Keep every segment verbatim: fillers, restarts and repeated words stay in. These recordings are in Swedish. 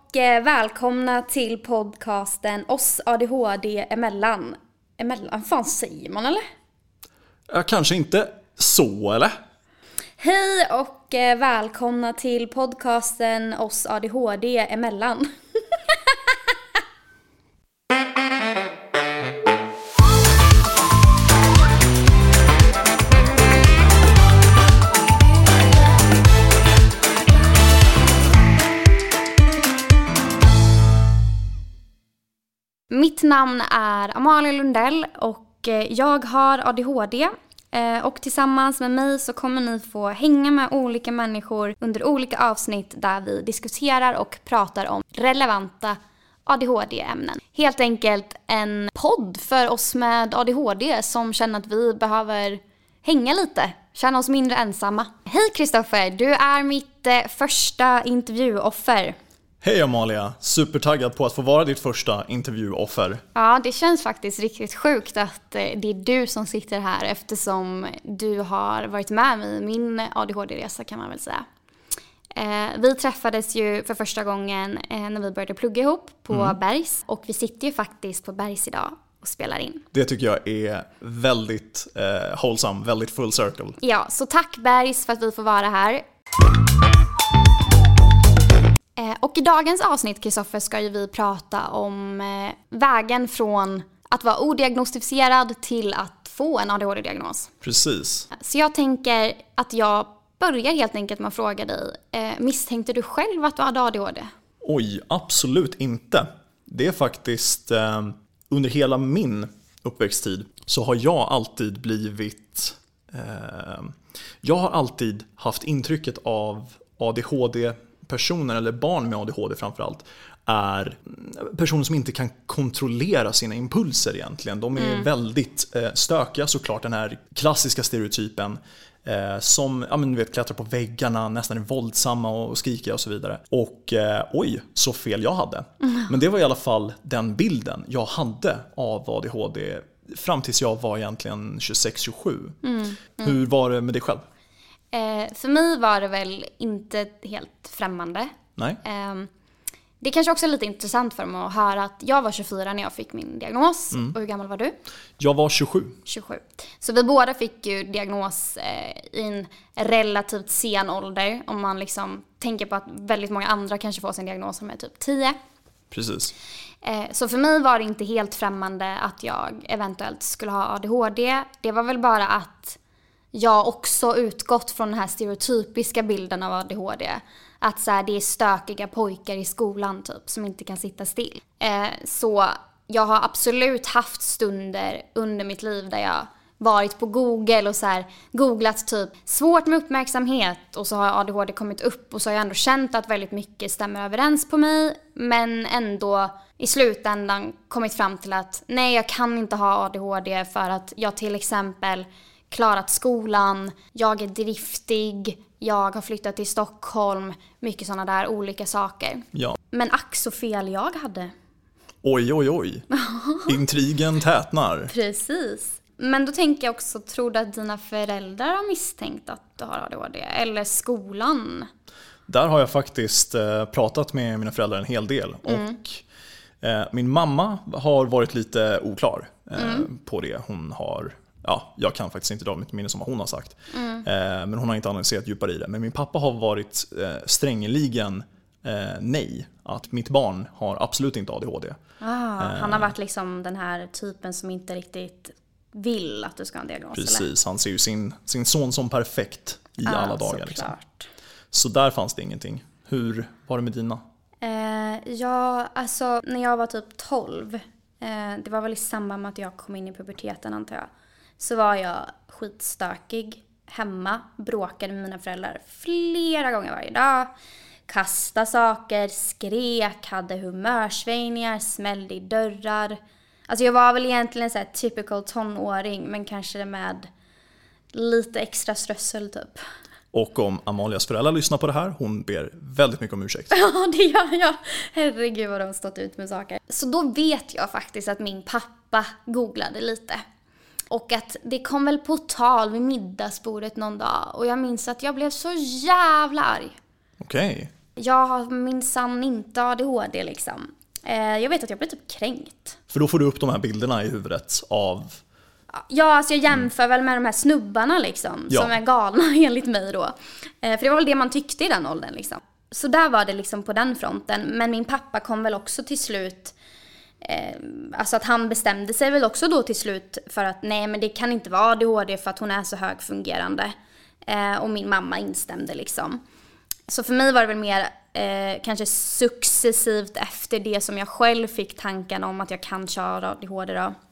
och eh, välkomna till podcasten Oss A D H D emellan. Emellan, fan säger man eller? Ja, kanske inte så, eller? Hej och eh, välkomna till podcasten Oss A D H D emellan. Mitt namn är Amalia Lundell och jag har A D H D. Och tillsammans med mig så kommer ni få hänga med olika människor under olika avsnitt där vi diskuterar och pratar om relevanta A D H D-ämnen. Helt enkelt en podd för oss med A D H D som känner att vi behöver hänga lite, känna oss mindre ensamma. Hej Kristoffer, du är mitt eh, första intervjuoffer. Hej Amalia, supertaggad på att få vara ditt första intervjuoffer. Ja, det känns faktiskt riktigt sjukt att det är du som sitter här eftersom du har varit med mig i min A D H D-resa kan man väl säga. Vi träffades ju för första gången när vi började plugga ihop på mm. Bergs och vi sitter ju faktiskt på Bergs idag och spelar in. Det tycker jag är väldigt eh, wholesome, väldigt full circle. Ja, så tack Bergs för att vi får vara här. Och i dagens avsnitt, Kristoffer, ska ju vi prata om eh, vägen från att vara odiagnostificerad till att få en A D H D-diagnos. Precis. Så jag tänker att jag börjar helt enkelt med att fråga dig, eh, misstänkte du själv att du hade A D H D? Oj, absolut inte. Det är faktiskt, eh, under hela min uppväxttid så har jag alltid blivit, eh, jag har alltid haft intrycket av A D H D personer eller barn med A D H D framförallt är personer som inte kan kontrollera sina impulser egentligen. De är mm. väldigt eh, stökiga såklart, den här klassiska stereotypen eh, som ja, men, du vet, klättrar på väggarna, nästan är våldsamma och skrikiga och så vidare. Och eh, oj, så fel jag hade. Mm. Men det var i alla fall den bilden jag hade av A D H D fram tills jag var egentligen tjugosex tjugosju. Mm. Mm. Hur var det med dig själv? Eh, för mig var det väl inte helt främmande. Nej. Eh, det är kanske också är lite intressant för mig att höra att jag var tjugofyra när jag fick min diagnos. Mm. Och hur gammal var du? Jag var tjugosju. tjugosju. Så vi båda fick ju diagnos eh, i en relativt sen ålder. Om man liksom tänker på att väldigt många andra kanske får sin diagnos som är typ tio. Precis. Eh, så för mig var det inte helt främmande att jag eventuellt skulle ha A D H D. Det var väl bara att jag också utgått från den här stereotypiska bilden av A D H D. Att så här, det är stökiga pojkar i skolan typ som inte kan sitta still. Eh, så jag har absolut haft stunder under mitt liv där jag varit på Google och så här, googlat typ svårt med uppmärksamhet och så har A D H D kommit upp och så har jag ändå känt att väldigt mycket stämmer överens på mig. Men ändå i slutändan kommit fram till att nej, jag kan inte ha A D H D för att jag till exempel klarat skolan, jag är driftig, jag har flyttat till Stockholm, mycket sådana där olika saker. Ja. Men ack så fel jag hade. Oj, oj, oj. Intrigen tätnar. Precis. Men då tänker jag också, tror du att dina föräldrar har misstänkt att du har A D H D? Eller skolan? Där har jag faktiskt eh, pratat med mina föräldrar en hel del. Mm. Och eh, min mamma har varit lite oklar eh, mm. på det. Hon har... Ja, jag kan faktiskt inte dra mitt minne som vad hon har sagt. Mm. Eh, men hon har inte analyserat djupare i det. Men min pappa har varit eh, strängeligen eh, nej. Att mitt barn har absolut inte A D H D. Ah, eh, han har varit liksom den här typen som inte riktigt vill att du ska ha en diagnos. Precis, eller? Han ser ju sin, sin son som perfekt i ah, alla dagar. Liksom. Så där fanns det ingenting. Hur var det med dina? Eh, ja, alltså när jag var typ tolv. Eh, det var väl i samband med att jag kom in i puberteten antar jag. Så var jag skitstökig hemma, bråkade med mina föräldrar flera gånger varje dag. Kastade saker, skrek, hade humörsvängningar, smällde i dörrar. Alltså jag var väl egentligen så här typical tonåring, men kanske med lite extra strössel typ. Och om Amalias föräldrar lyssnar på det här, hon ber väldigt mycket om ursäkt. Ja, det gör jag. Herregud vad de har stått ut med saker. Så då vet jag faktiskt att min pappa googlade lite. Och att det kom väl på tal vid middagsbordet någon dag. Och jag minns att jag blev så jävla arg. Okej. Jag har minsann inte A D H D liksom. Eh, jag vet att jag blir typ kränkt. För då får du upp de här bilderna i huvudet av... Ja, alltså jag jämför mm. väl med de här snubbarna liksom, ja. Som är galna enligt mig då. Eh, för det var väl det man tyckte i den åldern liksom. Så där var det liksom på den fronten. Men min pappa kom väl också till slut... Eh, alltså att han bestämde sig väl också då till slut för att nej, men det kan inte vara A D H D för att hon är så högfungerande. Eh, och min mamma instämde liksom. Så för mig var det väl mer eh, kanske successivt efter det som jag själv fick tanken om att jag kanske har A D H D då.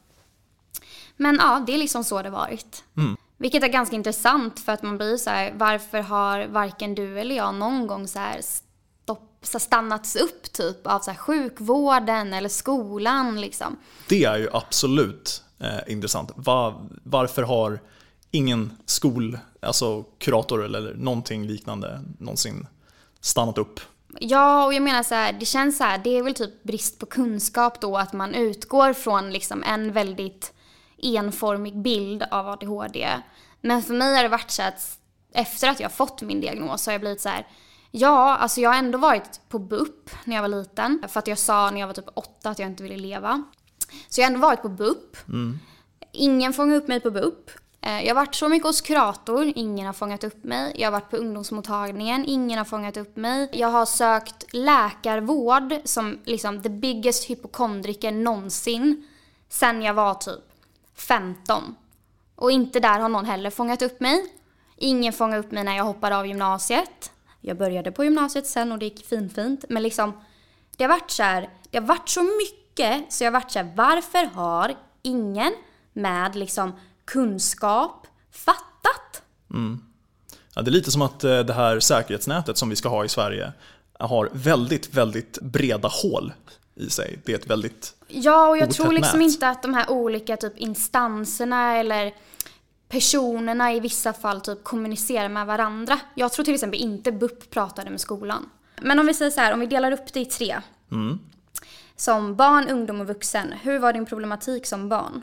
Men ja, det är liksom så det varit. Mm. Vilket är ganska intressant för att man blir så här, varför har varken du eller jag någon gång så här stopp, så stannats upp typ av så här sjukvården eller skolan liksom? Det är ju absolut eh, intressant. Var, varför har ingen skol, alltså kurator eller någonting liknande någonsin stannat upp? Ja, och jag menar så här, det känns så här, det är väl typ brist på kunskap då att man utgår från liksom en väldigt enformig bild av A D H D. Men för mig har det varit så att efter att jag fått min diagnos så har jag blivit så här, ja, alltså jag har ändå varit på B U P när jag var liten. För att jag sa när jag var typ åtta att jag inte ville leva. Så jag har ändå varit på B U P. Mm. Ingen fångade upp mig på B U P. Jag har varit så mycket hos kurator, ingen har fångat upp mig. Jag har varit på ungdomsmottagningen, ingen har fångat upp mig. Jag har sökt läkarvård som liksom the biggest hypokondriker någonsin sen jag var typ femton. Och inte där har någon heller fångat upp mig. Ingen fångade upp mig när jag hoppade av gymnasiet. Jag började på gymnasiet sen och det gick finfint. Men liksom, det har varit så här, det har varit så mycket så jag har varit så här, varför har ingen med liksom kunskap fattat? Mm. Ja, det är lite som att det här säkerhetsnätet som vi ska ha i Sverige har väldigt, väldigt breda hål i sig. Det är ett väldigt Ja, och jag tror liksom nät. inte att de här olika typ instanserna eller personerna i vissa fall typ kommunicerar med varandra. Jag tror till exempel inte B U P pratade med skolan. Men om vi säger så här, om vi delar upp det i tre. Mm. Som barn, ungdom och vuxen. Hur var din problematik som barn?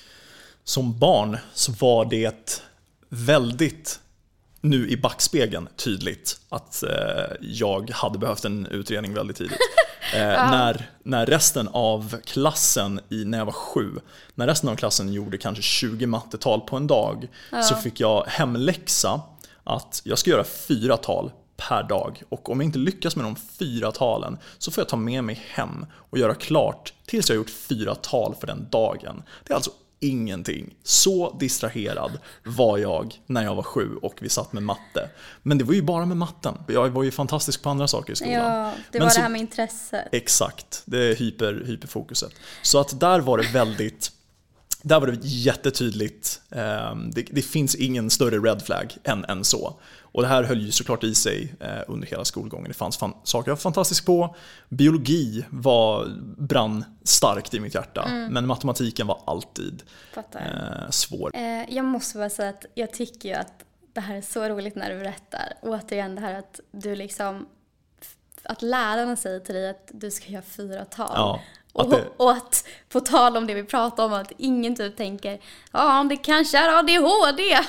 Som barn så var det väldigt, nu i backspegeln, tydligt att eh, jag hade behövt en utredning väldigt tidigt. Eh, ja. när, när resten av klassen, i, när jag var sju, när resten av klassen gjorde kanske tjugo mattetal på en dag, ja. Så fick jag hemläxa att jag ska göra fyra tal per dag. Och om jag inte lyckas med de fyra talen så får jag ta med mig hem och göra klart tills jag har gjort fyra tal för den dagen. Det är alltså ingenting. Så distraherad var jag när jag var sju och vi satt med matte. Men det var ju bara med matten. Jag var ju fantastisk på andra saker i skolan. Ja, det Men var så, det här med intresse. Exakt, det är hyper, hyperfokuset. Så att där var det väldigt, där var det jättetydligt. Det, det finns ingen större red flag än, än så. Och det här höll ju såklart i sig eh, under hela skolgången. Det fanns fan, saker jag var fantastisk på. Biologi var brann starkt i mitt hjärta. Mm. Men matematiken var alltid eh, svår. Eh, jag måste bara säga att jag tycker ju att det här är så roligt när du berättar. Återigen det här att du liksom, att lärarna säger till dig att du ska göra fyra tal. Ja. Och, det... och att på tal om det vi pratar om, att ingen typ tänker, ja det kanske är A D H D.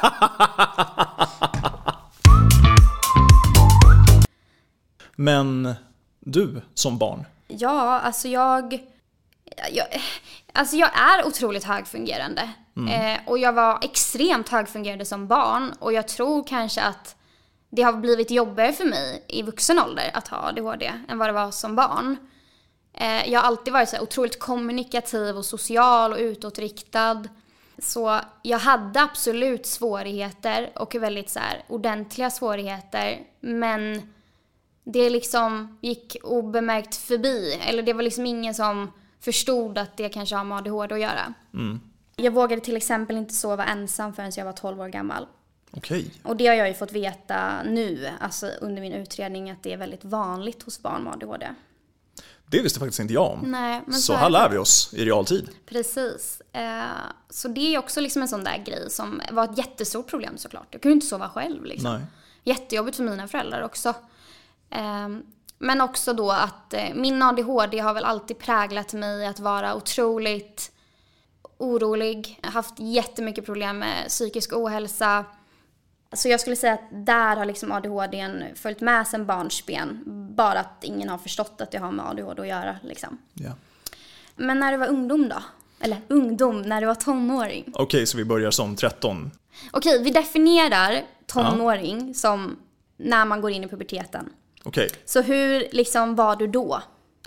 Men du som barn? Ja, alltså jag, jag, alltså jag är otroligt högfungerande. Mm. Eh, och jag var extremt högfungerande som barn. Och jag tror kanske att det har blivit jobbigare för mig i vuxen ålder att ha A D H D än vad det var som barn. Eh, jag har alltid varit så här otroligt kommunikativ och social och utåtriktad. Så jag hade absolut svårigheter och väldigt så här ordentliga svårigheter. Men det liksom gick obemärkt förbi. Eller det var liksom ingen som förstod att det kanske har med A D H D att göra. Mm. Jag vågade till exempel inte sova ensam förrän jag var tolv år gammal. Okay. Och det har jag ju fått veta nu, alltså under min utredning, att det är väldigt vanligt hos barn med A D H D. Det visste faktiskt inte jag om. Nej, men så, så här lär vi oss i realtid. Precis. Eh, så det är också liksom en sån där grej som var ett jättestort problem såklart. Jag kunde inte sova själv. Liksom. Nej. Jättejobbigt för mina föräldrar också. Eh, men också då att eh, min A D H D har väl alltid präglat mig att vara otroligt orolig. Jag har haft jättemycket problem med psykisk ohälsa. Så jag skulle säga att där har liksom A D H D följt med sen barnsben. Bara att ingen har förstått att det har med A D H D att göra. Liksom. Ja. Men när du var ungdom då? Eller ungdom, när du var tonåring? Okej, okay, så vi börjar som tretton. Okej, okay, vi definierar tonåring ja. som när man går in i puberteten. Okej. Okay. Så hur liksom var du då?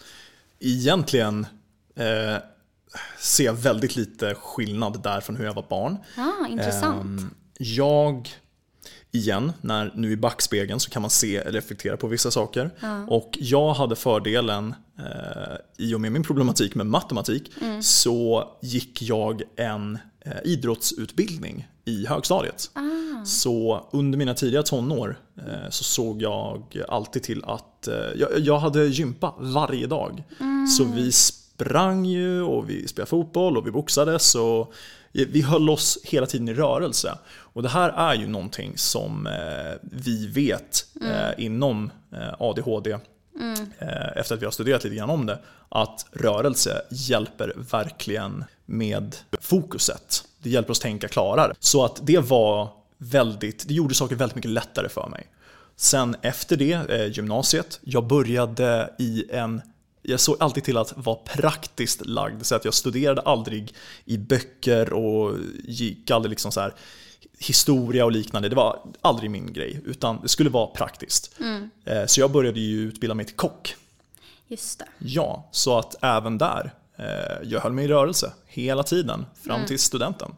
Egentligen eh, ser jag väldigt lite skillnad där från hur jag var barn. Ah, intressant. Eh, jag, igen, när, nu i backspegeln så kan man se eller reflektera på vissa saker. Ah. Och jag hade fördelen, eh, i och med min problematik med matematik, mm. så gick jag en eh, idrottsutbildning i högstadiet. Ah. Så under mina tidiga tonår eh, så såg jag alltid till att eh, jag, jag hade gympa varje dag. Mm. Så vi sprang ju och vi spelade fotboll och vi boxades och vi höll oss hela tiden i rörelse. Och det här är ju någonting som eh, vi vet mm. eh, inom eh, A D H D mm. eh, efter att vi har studerat lite grann om det, att rörelse hjälper verkligen med fokuset. Det hjälper oss tänka klarare. Så att det var väldigt, det gjorde saker väldigt mycket lättare för mig. Sen efter det, eh, gymnasiet, jag började i en Jag såg alltid till att vara praktiskt lagd, så att jag studerade aldrig i böcker och gick aldrig liksom så här historia och liknande. Det var aldrig min grej, utan det skulle vara praktiskt. Mm. Så jag började ju utbilda mig till kock. Just det. Ja, så att även där, jag höll mig i rörelse hela tiden fram mm. till studenten.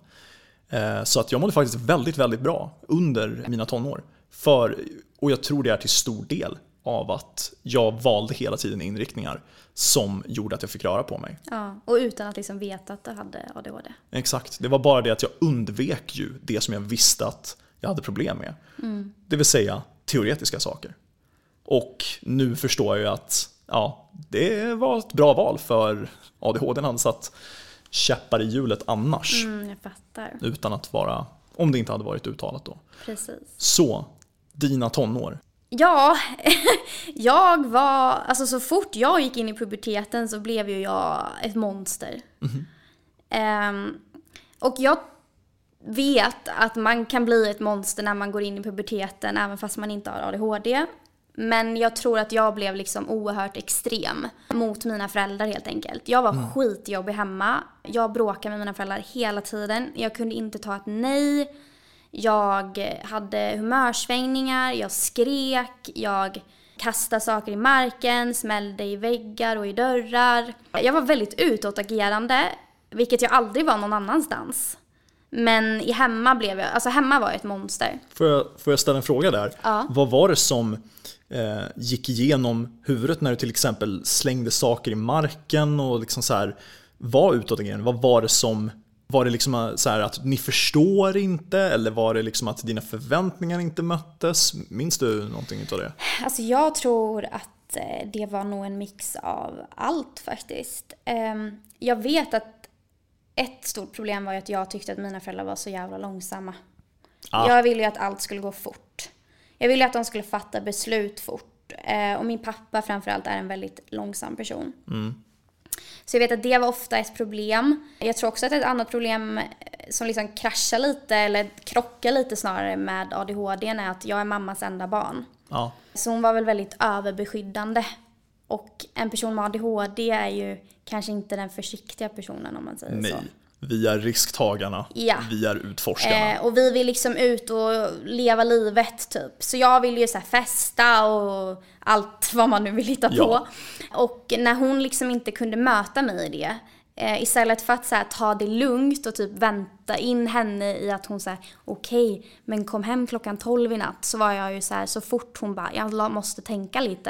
Så att jag mådde faktiskt väldigt, väldigt bra under mina tonår. För, och jag tror det är till stor del av att jag valde hela tiden inriktningar som gjorde att jag fick röra på mig. Ja, och utan att liksom veta att du hade A D H D. Exakt, det var bara det att jag undvek ju det som jag visste att jag hade problem med. Mm. Det vill säga teoretiska saker. Och nu förstår jag ju att ja, det var ett bra val, för A D H D hade satt käppar i hjulet annars. Mm, jag fattar. Utan att vara, om det inte hade varit uttalat då. Precis. Så, dina tonår. Ja, jag var, alltså så fort jag gick in i puberteten så blev ju jag ett monster. Mm-hmm. Um, och jag vet att man kan bli ett monster när man går in i puberteten, även fast man inte har A D H D. Men jag tror att jag blev liksom oerhört extrem mot mina föräldrar helt enkelt. Jag var mm. skitjobbig hemma. Jag bråkade med mina föräldrar hela tiden. Jag kunde inte ta ett nej. Jag hade humörsvängningar, jag skrek, jag kastade saker i marken, smällde i väggar och i dörrar. Jag var väldigt utåtagerande, vilket jag aldrig var någon annanstans. Men i hemma blev jag, alltså hemma var jag ett monster. Får jag, får jag ställa en fråga där? Ja. Vad var det som eh, gick igenom huvudet när du till exempel slängde saker i marken och liksom så här var utåtagerande? Vad var det som... Var det liksom så här att ni förstår inte, eller var det liksom att dina förväntningar inte möttes? Minns du någonting av det? Alltså jag tror att det var nog en mix av allt faktiskt. Jag vet att ett stort problem var att jag tyckte att mina föräldrar var så jävla långsamma. Ah. Jag ville ju att allt skulle gå fort. Jag ville att de skulle fatta beslut fort. Och min pappa framförallt är en väldigt långsam person. Mm. Så jag vet att det var ofta ett problem. Jag tror också att ett annat problem som liksom kraschar lite, eller krockar lite snarare med A D H D, är att jag är mammas enda barn. Ja. Så hon var väl väldigt överbeskyddande. Och en person med A D H D är ju kanske inte den försiktiga personen, om man säger Nej. så. Vi är risktagarna, ja. Vi är utforskarna. Eh, och vi vill liksom ut och leva livet typ. Så jag vill ju så här festa och allt vad man nu vill hitta ja. på. Och när hon liksom inte kunde möta mig i det, eh, istället för att så här, ta det lugnt och typ vänta in henne i att hon säger okej, okay, men kom hem klockan tolv i natt, så var jag ju så här, så fort hon bara, jag måste tänka lite.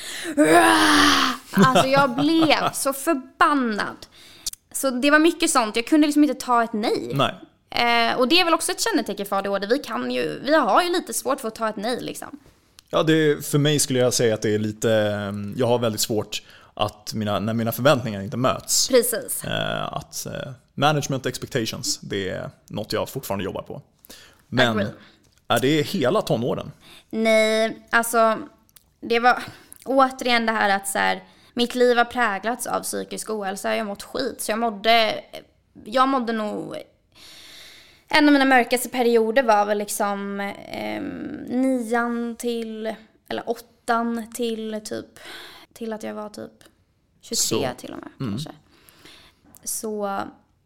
Alltså jag blev så förbannad. Så det var mycket sånt. Jag kunde liksom inte ta ett nej. Nej. Eh, och det är väl också ett kännetecken för A D H D. Vi, kan ju, vi har ju lite svårt för att ta ett nej liksom. Ja, det, för mig skulle jag säga att det är lite... Jag har väldigt svårt att mina, när mina förväntningar inte möts. Precis. Eh, att eh, management expectations, det är något jag fortfarande jobbar på. Men Agree. Är det hela tonåren? Nej, alltså det var återigen det här att så här, mitt liv har präglats av psykisk ohälsa. Jag har mått skit. Så jag mådde, jag mådde nog en av mina mörkaste perioder var väl liksom eh, nian till, eller åttan till typ, till att jag var typ tjugotre så. Till och med mm. kanske. Så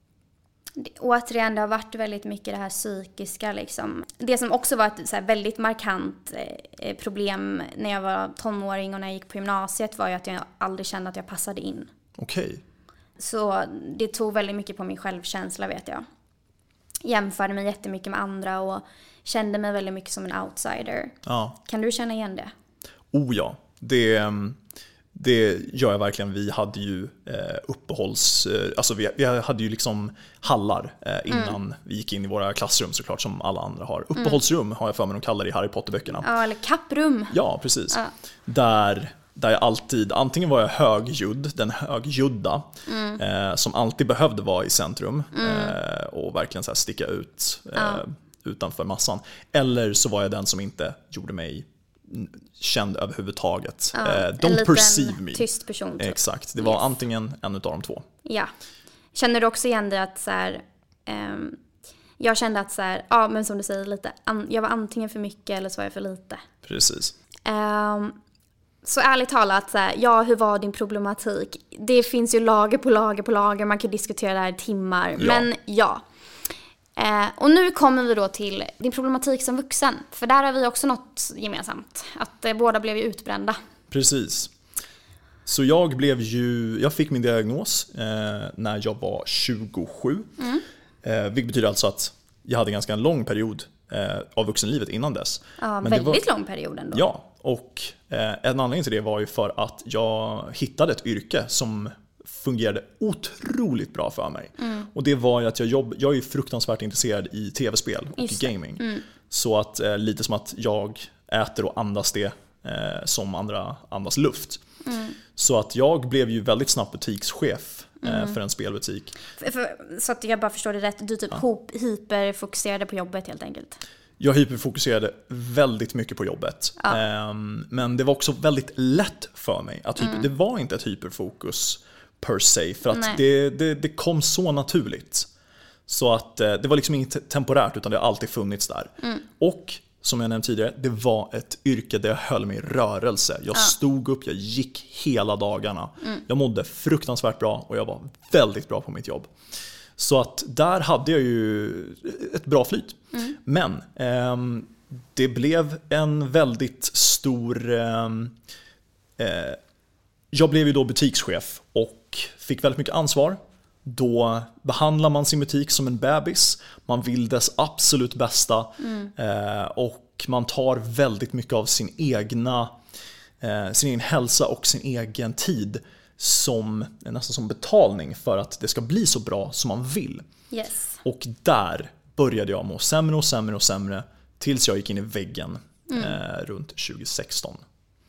det, återigen, det har varit väldigt mycket det här psykiska liksom. Det som också var ett så här väldigt markant eh, problem när jag var tonåring och när jag gick på gymnasiet var ju att jag aldrig kände att jag passade in. Okej. Okay. Så det tog väldigt mycket på min självkänsla, vet jag. Jämförde mig jättemycket med andra och kände mig väldigt mycket som en outsider. Ja. Kan du känna igen det? Oh ja, det, det gör jag verkligen. Vi hade ju eh, uppehålls... Eh, alltså vi, vi hade ju liksom hallar eh, innan mm. vi gick in i våra klassrum såklart, som alla andra har. Uppehållsrum mm. har jag för mig de kallar det i Harry Potter-böckerna. Ja, eller kapprum. Ja, precis. Ja. Där... Där jag alltid, antingen var jag högljudd, den högljudda, mm. eh, som alltid behövde vara i centrum mm. eh, och verkligen så här sticka ut eh, ja. utanför massan. Eller så var jag den som inte gjorde mig känd överhuvudtaget. Ja, eh, don't perceive me. Tyst person. Typ. Exakt, det var yes. antingen en av de två. Ja. Känner du också igen det att så här, um, jag kände att så här, ja men som du säger lite, an, jag var antingen för mycket eller så var jag för lite. Precis. Um, Så ärligt talat, så här, ja, hur var din problematik? Det finns ju lager på lager på lager. Man kan diskutera det här i timmar. Ja. Men ja. Eh, och nu kommer vi då till din problematik som vuxen. För där har vi också något gemensamt. Att eh, båda blev ju utbrända. Precis. Så jag blev ju, jag fick min diagnos eh, när jag var tjugosju. Mm. Eh, vilket betyder alltså att jag hade en ganska lång period eh, av vuxenlivet innan dess. Ja, men väldigt det var, lång period ändå. Ja. Och eh, en anledning till det var ju för att jag hittade ett yrke som fungerade otroligt bra för mig. Mm. Och det var ju att jag jobb, jag är fruktansvärt intresserad i tv-spel och i gaming. Mm. Så att eh, lite som att jag äter och andas det eh, som andra andas luft. Mm. Så att jag blev ju väldigt snabbt butikschef eh, mm. för en spelbutik. För, för, så att jag bara förstår det rätt, du typ ja. hyperfokuserade på jobbet helt enkelt. Jag hyperfokuserade väldigt mycket på jobbet. Ja. Men det var också väldigt lätt för mig. Att hyper, mm. Det var inte ett hyperfokus per se. För att det, det, det kom så naturligt. Så att det var liksom inget temporärt, utan det har alltid funnits där. Mm. Och som jag nämnde tidigare, det var ett yrke där jag höll mig i rörelse. Jag ja. stod upp, jag gick hela dagarna. Mm. Jag mådde fruktansvärt bra och jag var väldigt bra på mitt jobb. Så att där hade jag ju ett bra flyt. Mm. Men eh, det blev en väldigt stor... Eh, eh, jag blev ju då butikschef och fick väldigt mycket ansvar. Då behandlar man sin butik som en bebis. Man vill dess absolut bästa. Mm. Eh, och man tar väldigt mycket av sin egna, eh, sin egen hälsa och sin egen tid som nästan som betalning för att det ska bli så bra som man vill. Yes. Och där började jag må sämre och sämre och sämre tills jag gick in i väggen mm. eh, runt tjugo sexton.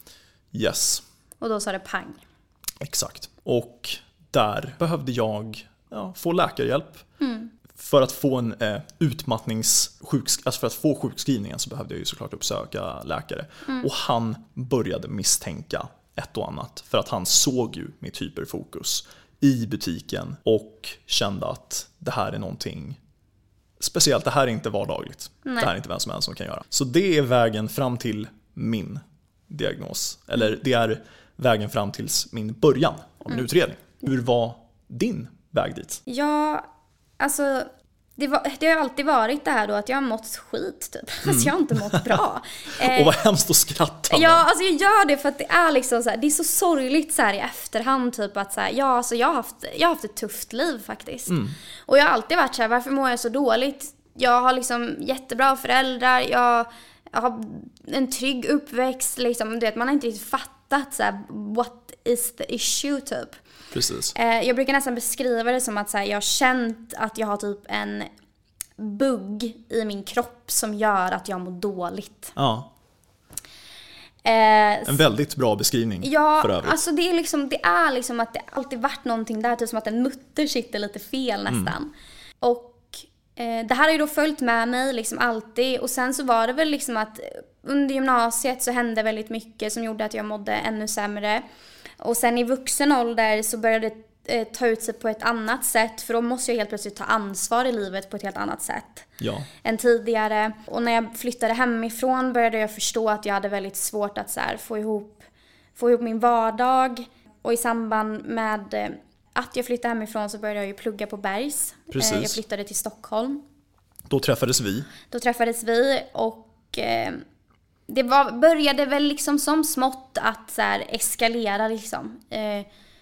Yes. Och då sa det pang. Exakt. Och där behövde jag ja, få läkarhjälp. Mm. För att få en eh, utmattningssjuk, alltså för att få sjukskrivningen så behövde jag ju såklart uppsöka läkare. Mm. Och han började misstänka ett och annat. För att han såg ju mitt hyperfokus i butiken och kände att det här är någonting speciellt. Det här är inte vardagligt. Nej. Det här är inte vem som helst som kan göra. Så det är vägen fram till min diagnos. Eller det är vägen fram till min början av min mm. utredning. Hur var din väg dit? Ja, alltså det, var, det har alltid varit det här då att jag har mått skit typ. Mm. Alltså jag har inte mått bra. Och vad hemskt att skratta. Ja, alltså jag gör det för att det är liksom så här, det är så sorgligt så här i efterhand typ att så här, ja, alltså jag har haft jag har haft ett tufft liv faktiskt. Mm. Och jag har alltid varit så här, varför mår jag så dåligt? Jag har liksom jättebra föräldrar, jag, jag har en trygg uppväxt liksom, du vet, man har inte riktigt fattat så här, what is the issue typ. Precis. Jag brukar nästan beskriva det som att så här, jag har känt att jag har typ en bugg i min kropp som gör att jag mår dåligt. Ja. Eh, en väldigt bra beskrivning ja, för övrigt. Alltså det är liksom, det är liksom att det alltid varit någonting där, typ som att en mutter sitter lite fel nästan. Mm. Och eh, det här har ju då följt med mig liksom alltid. Och sen så var det väl liksom att under gymnasiet så hände väldigt mycket som gjorde att jag mådde ännu sämre. Och sen i vuxen ålder så började eh, ta ut sig på ett annat sätt. För då måste jag helt plötsligt ta ansvar i livet på ett helt annat sätt ja. än tidigare. Och när jag flyttade hemifrån började jag förstå att jag hade väldigt svårt att så här, få, ihop, få ihop min vardag. Och i samband med eh, att jag flyttade hemifrån så började jag ju plugga på Bergs. Precis. Eh, jag flyttade till Stockholm. Då träffades vi. Då träffades vi och eh, det var, började väl liksom som smått att så här, eskalera liksom. Eh,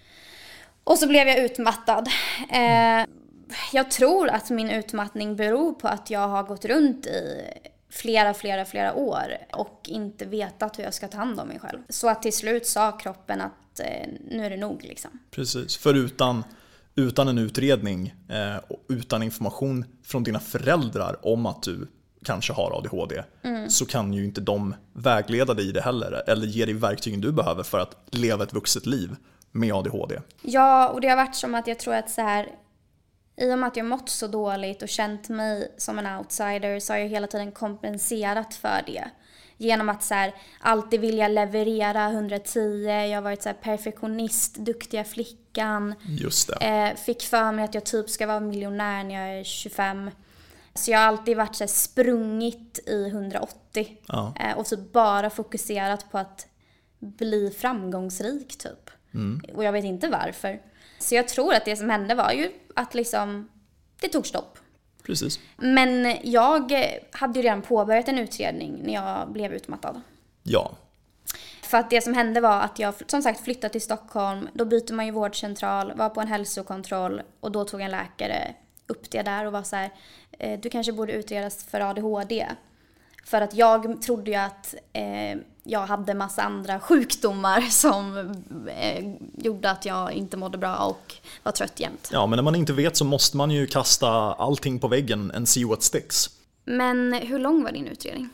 och så blev jag utmattad. Eh, jag tror att min utmattning beror på att jag har gått runt i flera, flera, flera år och inte vetat hur jag ska ta hand om mig själv. Så att till slut sa kroppen att eh, nu är det nog liksom. Precis, för utan, utan en utredning eh, och utan information från dina föräldrar om att du kanske har A D H D mm. så kan ju inte de vägleda dig i det heller eller ge dig verktygen du behöver för att leva ett vuxet liv med A D H D. Ja, och det har varit som att jag tror att så här, i och med att jag mått så dåligt och känt mig som en outsider så har jag hela tiden kompenserat för det. Genom att så här, alltid vilja leverera hundratio, jag har varit så här perfektionist, duktiga flickan. Just det. Eh, fick för mig att jag typ ska vara miljonär när jag är tjugofem. Så jag har alltid varit så här sprungit i hundraåttio ja. eh, och typ bara fokuserat på att bli framgångsrik typ. Mm. Och jag vet inte varför. Så jag tror att det som hände var ju att liksom det tog stopp. Precis. Men jag hade ju redan påbörjat en utredning när jag blev utmattad. Ja. För att det som hände var att jag som sagt flyttade till Stockholm. Då byter man ju vårdcentral, var på en hälsokontroll och då tog en läkare upp det där och var så här: du kanske borde utredas för A D H D. För att jag trodde ju att eh, jag hade massa andra sjukdomar som eh, gjorde att jag inte mådde bra och var trött jämt. Ja, men när man inte vet så måste man ju kasta allting på väggen and see what sticks. Men hur lång var din utredning?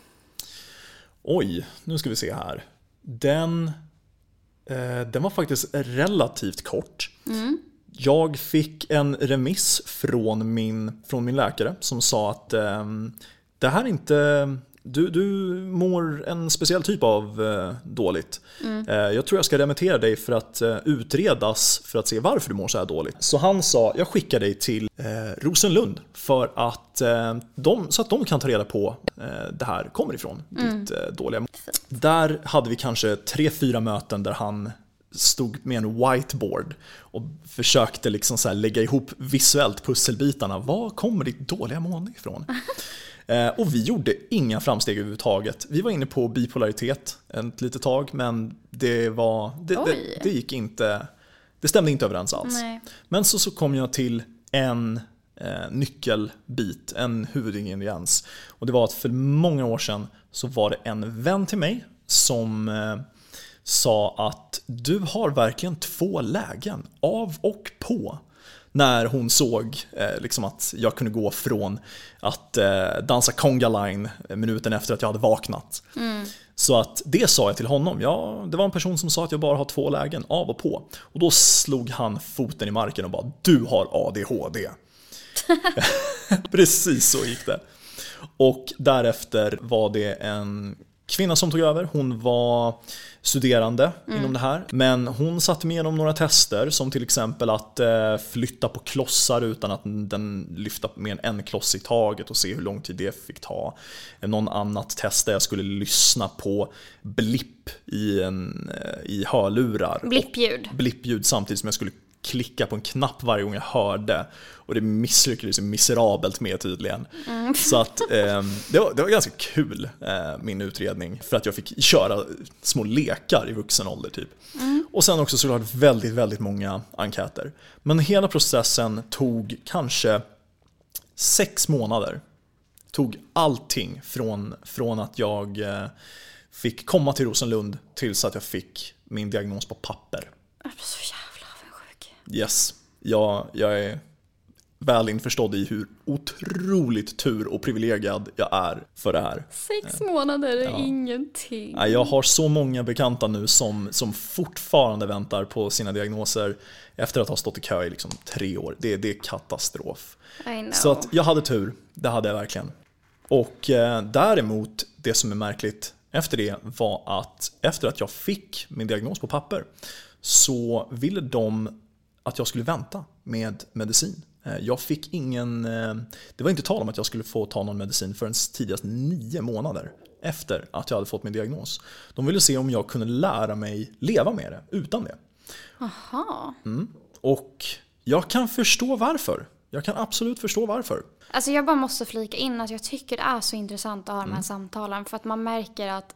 Oj, nu ska vi se här. Den, eh, den var faktiskt relativt kort. Mm. Jag fick en remiss från min, från min läkare som sa att eh, det här är inte... Du, du mår en speciell typ av eh, dåligt. Mm. Eh, jag tror jag ska remittera dig för att eh, utredas för att se varför du mår så här dåligt. Så han sa, jag skickar dig till eh, Rosenlund för att, eh, de, så att de kan ta reda på eh, det här kommer ifrån. Mm. Ditt eh, dåliga. Där hade vi kanske tre, fyra möten där han stod med en whiteboard och försökte liksom så här lägga ihop visuellt pusselbitarna. Var kommer ditt dåliga mående ifrån? Och vi gjorde inga framsteg överhuvudtaget. Vi var inne på bipolaritet ett litet tag, men det var det, det, det gick inte, det stämde inte överens alls. Nej. Men så, så kom jag till en eh, nyckelbit, en huvudingrediens. Och det var att för många år sedan så var det en vän till mig som eh, sa att du har verkligen två lägen, av och på. När hon såg eh, liksom att jag kunde gå från att eh, dansa conga line minuten efter att jag hade vaknat. Mm. Så att det sa jag till honom. Ja, det var en person som sa att jag bara har två lägen, av och på. Och då slog han foten i marken och bara, du har A D H D. Precis så gick det. Och därefter var det en kvinna som tog över. Hon var studerande mm. inom det här. Men hon satte med igenom några tester, som till exempel att eh, flytta på klossar utan att den lyfta mer än en kloss i taget och se hur lång tid det fick ta. Någon annat test där jag skulle lyssna på blipp i, en, i hörlurar. Blippljud. Blippljud samtidigt som jag skulle klicka på en knapp varje gång jag hörde. Och det misslyckades miserabelt med tydligen. Mm. Så att eh, det, var, det var ganska kul, eh, min utredning. För att jag fick köra små lekar i vuxen ålder typ. Mm. Och sen också såklart väldigt, väldigt många enkäter. Men hela processen tog kanske sex månader. Tog allting från, från att jag eh, fick komma till Rosenlund tills att jag fick min diagnos på papper. Jag blir så jävla avundsjuk. Yes, jag, jag är väl införstådd i hur otroligt tur och privilegierad jag är för det här. Sex månader är ja. ingenting. Jag har så många bekanta nu som, som fortfarande väntar på sina diagnoser efter att ha stått i kö i liksom tre år. Det, det är katastrof. Så att jag hade tur, det hade jag verkligen. Och eh, däremot, det som är märkligt efter det var att efter att jag fick min diagnos på papper så ville de att jag skulle vänta med medicin. Jag fick ingen, det var inte tal om att jag skulle få ta någon medicin förrän tidigast nio månader efter att jag hade fått min diagnos. De ville se om jag kunde lära mig leva med det utan det. Aha. Mm. Och jag kan förstå varför. Jag kan absolut förstå varför. Alltså jag bara måste flika in att jag tycker det är så intressant att ha de här Mm. samtalen. För att man märker att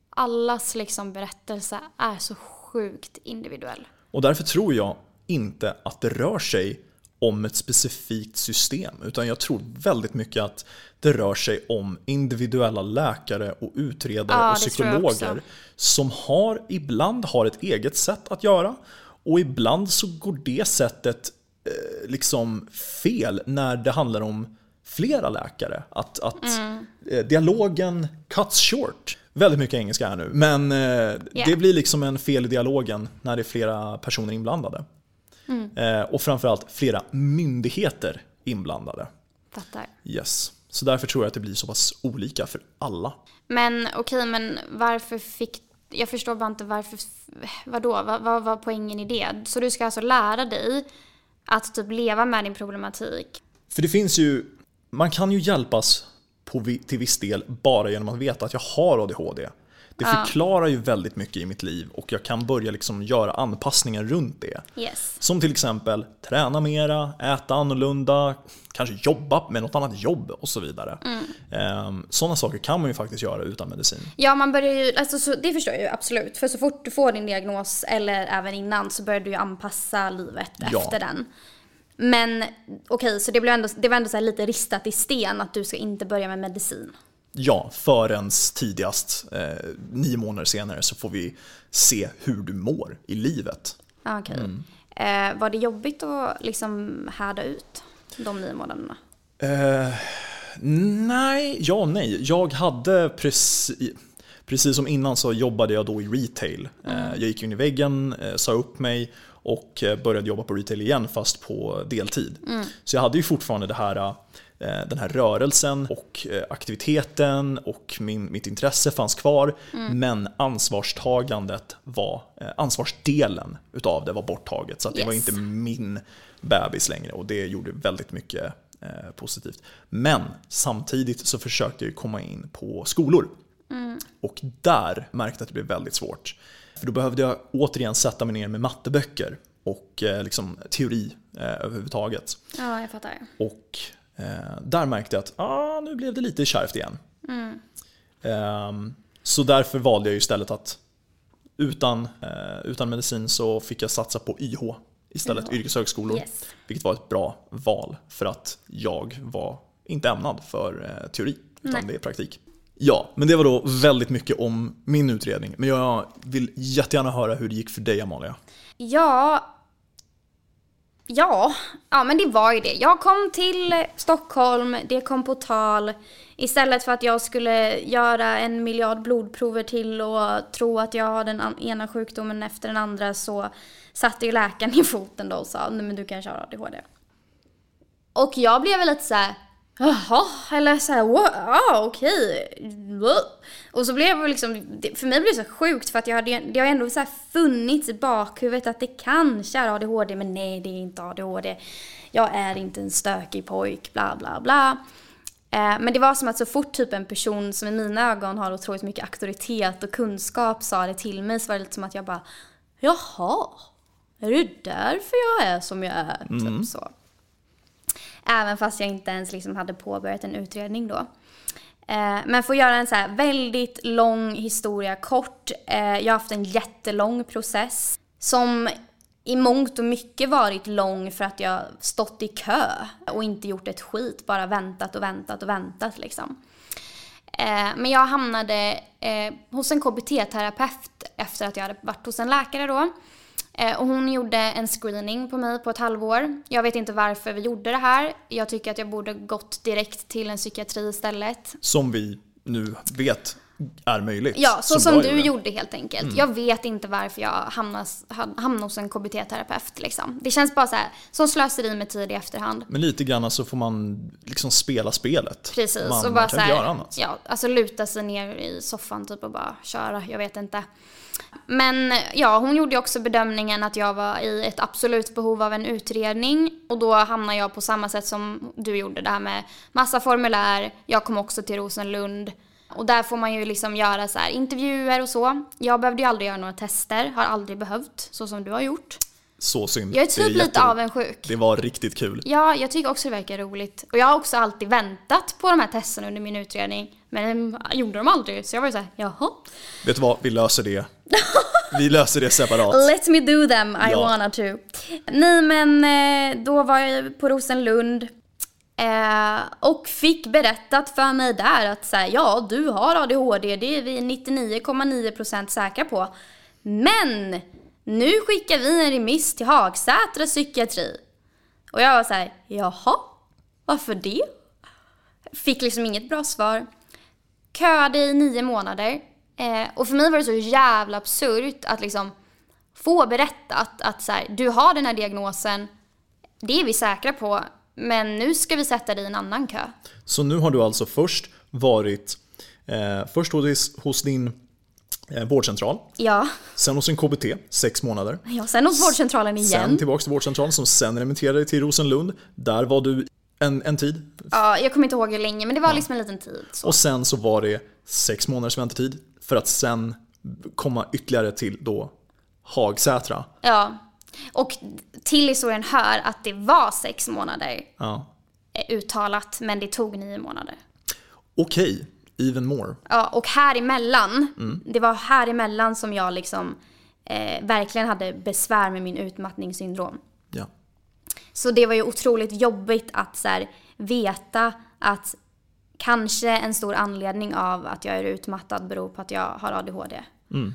allas liksom berättelse är så sjukt individuell. Och därför tror jag inte att det rör sig om ett specifikt system. Utan jag tror väldigt mycket att det rör sig om individuella läkare och utredare Ja, och det tror jag också. psykologer. Som har, ibland har ett eget sätt att göra. Och ibland så går det sättet eh, liksom fel när det handlar om flera läkare. Att, att Mm. eh, dialogen cuts short. Väldigt mycket engelska här nu. Men eh, Yeah. det blir liksom en fel i dialogen när det är flera personer inblandade. Mm. Eh, och framförallt flera myndigheter inblandade. Fattar. Yes. Så därför tror jag att det blir så pass olika för alla. Men okej, okay, men varför fick... Jag förstår bara inte varför... Vadå? Vad, vad var poängen i det? Så du ska alltså lära dig att typ leva med din problematik? För det finns ju... Man kan ju hjälpas på, till viss del bara genom att veta att jag har A D H D. Det förklarar ju väldigt mycket i mitt liv och jag kan börja liksom göra anpassningar runt det. Yes. Som till exempel träna mera, äta annorlunda, kanske jobba med något annat jobb och så vidare. Mm. Sådana saker kan man ju faktiskt göra utan medicin. Ja, man börjar ju, alltså, så, det förstår jag ju absolut. För så fort du får din diagnos eller även innan så börjar du ju anpassa livet Ja. efter den. Men okej, okay, så det, blev ändå, det var ändå så här lite ristat i sten att du ska inte börja med medicin. Ja, förrän tidigast eh, nio månader senare så får vi se hur du mår i livet. Okej. Okay. Mm. Eh, var det jobbigt att liksom härda ut de nio månaderna? Eh, nej, ja nej. Jag hade precis, precis som innan så jobbade jag då i retail. Mm. Eh, jag gick in i väggen, eh, sa upp mig och började jobba på retail igen fast på deltid. Mm. Så jag hade ju fortfarande det här, den här rörelsen och aktiviteten och min, mitt intresse fanns kvar. Mm. Men ansvarstagandet var, ansvarsdelen utav det var borttaget. Så att det yes. var inte min bebis längre och det gjorde väldigt mycket eh, positivt. Men samtidigt så försökte jag komma in på skolor. Mm. Och där märkte jag att det blev väldigt svårt. För då behövde jag återigen sätta mig ner med matteböcker och eh, liksom teori eh, överhuvudtaget. Ja, jag fattar. Och eh, där märkte jag att ah, nu blev det lite kärvt igen. Mm. Eh, så därför valde jag ju istället att utan, eh, utan medicin så fick jag satsa på Y H istället, mm. yrkeshögskolor. Yes. Vilket var ett bra val för att jag var inte ämnad för eh, teori utan Nej. det är praktik. Ja, men det var då väldigt mycket om min utredning. Men jag vill jättegärna höra hur det gick för dig, Amalia. Ja, ja, ja men det var ju det. Jag kom till Stockholm, det kom på tal. Istället för att jag skulle göra en miljard blodprover till och tro att jag har den ena sjukdomen efter den andra så satte ju läkaren i foten då och sa, nej men du kanske har A D H D. Och jag blev väl lite så här, jaha, eller så här, wow, okej. Okay. Och så blev det liksom, för mig blev det så sjukt för att jag hade, det har ändå så här funnits i bakhuvudet att det kanske är A D H D, men nej, det är inte A D H D. Jag är inte en stökig pojk, bla bla bla. Men det var som att så fort typ en person som i mina ögon har otroligt mycket auktoritet och kunskap sa det till mig, så var det lite som att jag bara, jaha, är det därför jag är som jag är? Mm. Typ så. Även fast jag inte ens liksom hade påbörjat en utredning då. Eh, men för att göra en så här väldigt lång historia kort. Eh, jag har haft en jättelång process. Som i mångt och mycket varit lång för att jag stått i kö. Och inte gjort ett skit. Bara väntat och väntat och väntat liksom. Eh, men jag hamnade eh, hos en K B T-terapeut efter att jag hade varit hos en läkare då. Och hon gjorde en screening på mig på ett halvår. Jag vet inte varför vi gjorde det här. Jag tycker att jag borde gått direkt till en psykiatri istället. Som vi nu vet är möjligt. Ja, så, så som du gjorde. gjorde helt enkelt. Mm. Jag vet inte varför jag hamnas, hamnar hos en K B T-terapeut. Liksom. Det känns bara så här, som slöseri med tid i efterhand. Men lite grann så får man liksom spela spelet. Precis, man, och bara man så här, göra annat. Ja, alltså luta sig ner i soffan typ och bara köra, jag vet inte. Men ja, hon gjorde också bedömningen att jag var i ett absolut behov av en utredning. Och då hamnade jag på samma sätt som du gjorde, det här med massa formulär. Jag kom också till Rosenlund. Och där får man ju liksom göra så här intervjuer och så. Jag behövde ju aldrig göra några tester, har aldrig behövt, så som du har gjort. Så synd. Jag är typ är lite avundsjuk. Det var riktigt kul. Ja, jag tycker också det verkar roligt. Och jag har också alltid väntat på de här testerna under min utredning. Men jag gjorde de aldrig, så jag var så här, jaha. Vet du vad, vi löser det. Vi löser det separat. Let me do them, I ja. wanna to. Nej, men då var jag på Rosenlund. Eh, och fick berättat för mig där att så här, ja, du har A D H D, det är vi nittionio komma nio procent säkra på. Men nu skickar vi en remiss till Hagsätra psykiatri. Och jag var så här, jaha, varför det? Fick liksom inget bra svar. Köade i nio månader. Eh, och för mig var det så jävla absurt att liksom få berättat att så här, du har den här diagnosen, det är vi säkra på. Men nu ska vi sätta dig i en annan kö. Så nu har du alltså först varit eh, först hos, hos din eh, vårdcentral. Ja. Sen hos en K B T, sex månader. Ja, sen hos vårdcentralen igen. Sen tillbaka till vårdcentralen som sen remitterade till Rosenlund. Där var du en, en tid. Ja, jag kommer inte ihåg hur länge, men det var ja. liksom en liten tid. Så. Och sen så var det sex månaders väntetid för att sen komma ytterligare till då Hagsätra. Ja. Och till historien hör att det var sex månader ja. uttalat, men det tog nio månader. Okej, okay. Even more. Ja, och här emellan, mm. det var här emellan som jag liksom eh, verkligen hade besvär med min utmattningssyndrom. Ja. Så det var ju otroligt jobbigt att så här, veta att kanske en stor anledning av att jag är utmattad beror på att jag har A D H D. Mm.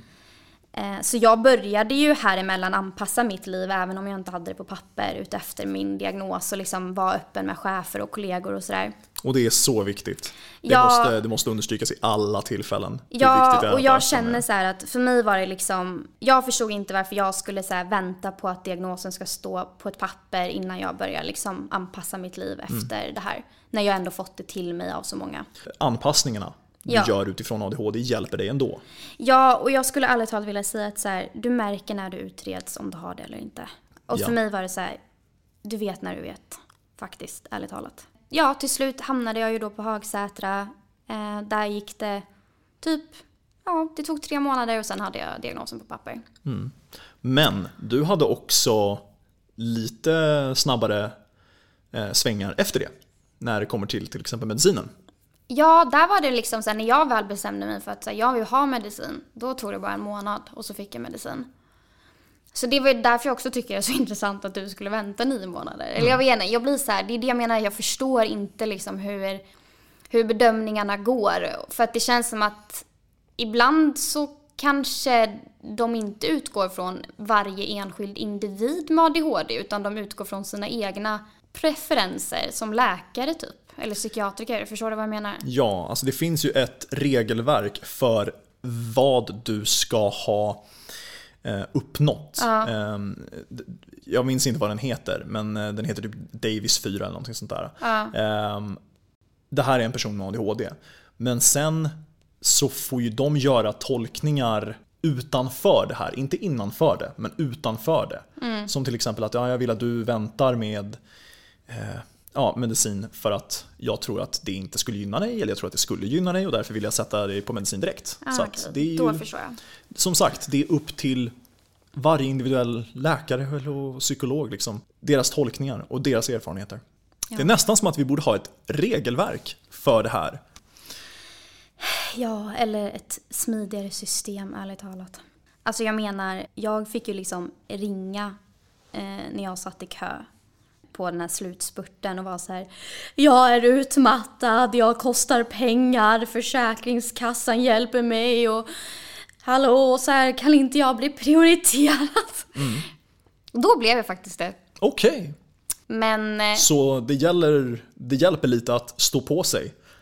Så jag började ju här emellan anpassa mitt liv även om jag inte hade det på papper utefter min diagnos och liksom vara öppen med chefer och kollegor och sådär. Och det är så viktigt. Det, ja, måste, det måste understrykas i alla tillfällen. Ja, och jag känner så här att för mig var det liksom, jag förstod inte varför jag skulle så här vänta på att diagnosen ska stå på ett papper innan jag börjar liksom anpassa mitt liv efter mm. det här. När jag ändå fått det till mig av så många. Anpassningarna du ja. gör utifrån A D H D hjälper dig ändå. Ja, och jag skulle ärligt talat vilja säga att så här, du märker när du utreds om du har det eller inte. Och ja. för mig var det så här, du vet när du vet, faktiskt, ärligt talat. Ja, till slut hamnade jag ju då på Hagsätra. Eh, där gick det typ, ja, det tog tre månader och sen hade jag diagnosen på papper. Mm. Men du hade också lite snabbare eh, svängar efter det. När det kommer till till exempel medicinen. Ja, där var det liksom så här, när jag väl bestämde mig för att så här, jag vill ha medicin, då tog det bara en månad och så fick jag medicin. Så det var därför jag också tycker det är så intressant att du skulle vänta nio månader. Mm. Eller jag vet inte, jag blir så här, det är det jag menar, jag förstår inte liksom hur, hur bedömningarna går. För att det känns som att ibland så kanske de inte utgår från varje enskild individ med A D H D, utan de utgår från sina egna preferenser som läkare typ. Eller psykiatriker, förstår du vad jag menar? Ja, alltså det finns ju ett regelverk för vad du ska ha eh, uppnått. Ja. Eh, jag minns inte vad den heter, men den heter typ Davis fyra eller någonting sånt där. Ja. Eh, det här är en person med A D H D. Men sen så får ju de göra tolkningar utanför det här. Inte innanför det, men utanför det. Mm. Som till exempel att ja, jag vill att du väntar med... Eh, Ja, medicin för att jag tror att det inte skulle gynna dig, eller jag tror att det skulle gynna dig och därför vill jag sätta dig på medicin direkt. Ah, så okay. att det är ju, då förstår jag. Som sagt, det är upp till varje individuell läkare och psykolog liksom, deras tolkningar och deras erfarenheter. Ja. Det är nästan som att vi borde ha ett regelverk för det här. Ja, eller ett smidigare system, ärligt talat. Alltså jag menar, jag fick ju liksom ringa eh, när jag satt i kö på den här slutspurten och var så här: jag är utmattad, jag kostar pengar, Försäkringskassan hjälper mig och hallå, så här, kan inte jag bli prioriterad? Mm. Då blev jag faktiskt det. Okej. Okay. Men så det gäller det hjälper lite att stå på sig.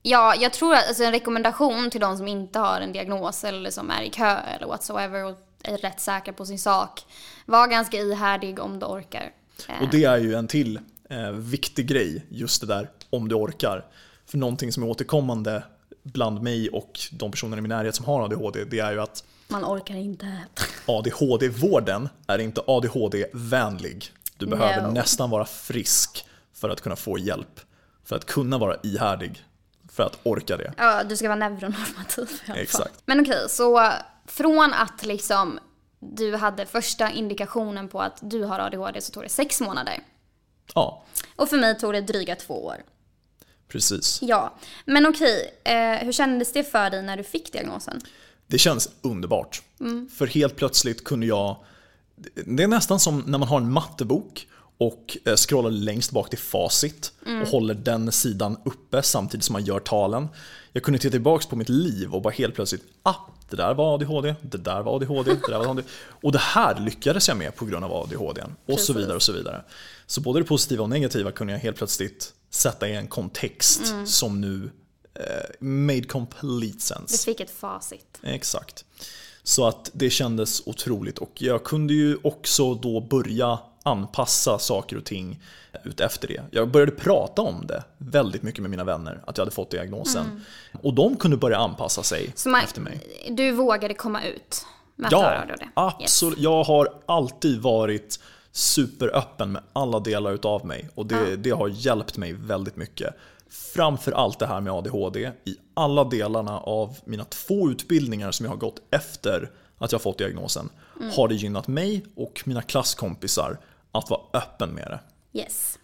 Ja, jag tror att alltså, en rekommendation till de som inte har en diagnos eller som är i kö eller whatsoever och är rätt säkra på sin sak. Var ganska ihärdig om du orkar. Och det är ju en till eh, viktig grej, just det där om du orkar. För någonting som är återkommande bland mig och de personer i min närhet som har A D H D, det är ju att man orkar inte. A D H D-vården är inte A D H D-vänlig. Du behöver No. nästan vara frisk för att kunna få hjälp. För att kunna vara ihärdig. För att orka det. Ja, du ska vara neuronormativ i alla fall. Exakt. Men okej, så från att liksom du hade första indikationen på att du har A D H D så tog det sex månader. Ja, Och för mig tog det dryga två år. precis. Ja, men okej, eh, hur kändes det för dig när du fick diagnosen? Det känns underbart. Mm. För helt plötsligt kunde jag... Det är nästan som när man har en mattebok och scrollar längst bak till facit Mm. och håller den sidan uppe samtidigt som man gör talen. Jag kunde titta tillbaka på mitt liv och bara helt plötsligt, ah, det där var A D H D, det där var A D H D, det där var A D H D. Och det här lyckades jag med på grund av A D H D. Och Precis. så vidare och så vidare. Så både det positiva och negativa kunde jag helt plötsligt sätta i en kontext Mm. som nu eh, made complete Du sense. fick ett facit. Exakt. Så att det kändes otroligt och jag kunde ju också då börja anpassa saker och ting ut efter det. Jag började prata om det väldigt mycket med mina vänner, att jag hade fått diagnosen. Mm. Och de kunde börja anpassa sig Så man, efter mig. Du vågade komma ut med att Ja, du har A D H D? absolut. Yes. Jag har alltid varit superöppen med alla delar utav mig och det, ja. det har hjälpt mig väldigt mycket. Framför allt det här med A D H D i alla delarna av mina två utbildningar som jag har gått efter att jag fått diagnosen mm. har det gynnat mig och mina klasskompisar att vara öppen med det. Yes.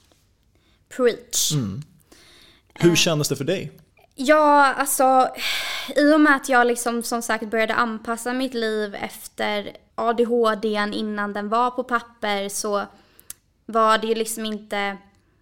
Preach. Mm. Hur uh, kändes det för dig? Ja, alltså i och med att jag liksom som sagt började anpassa mitt liv efter A D H D innan den var på papper så var det ju liksom inte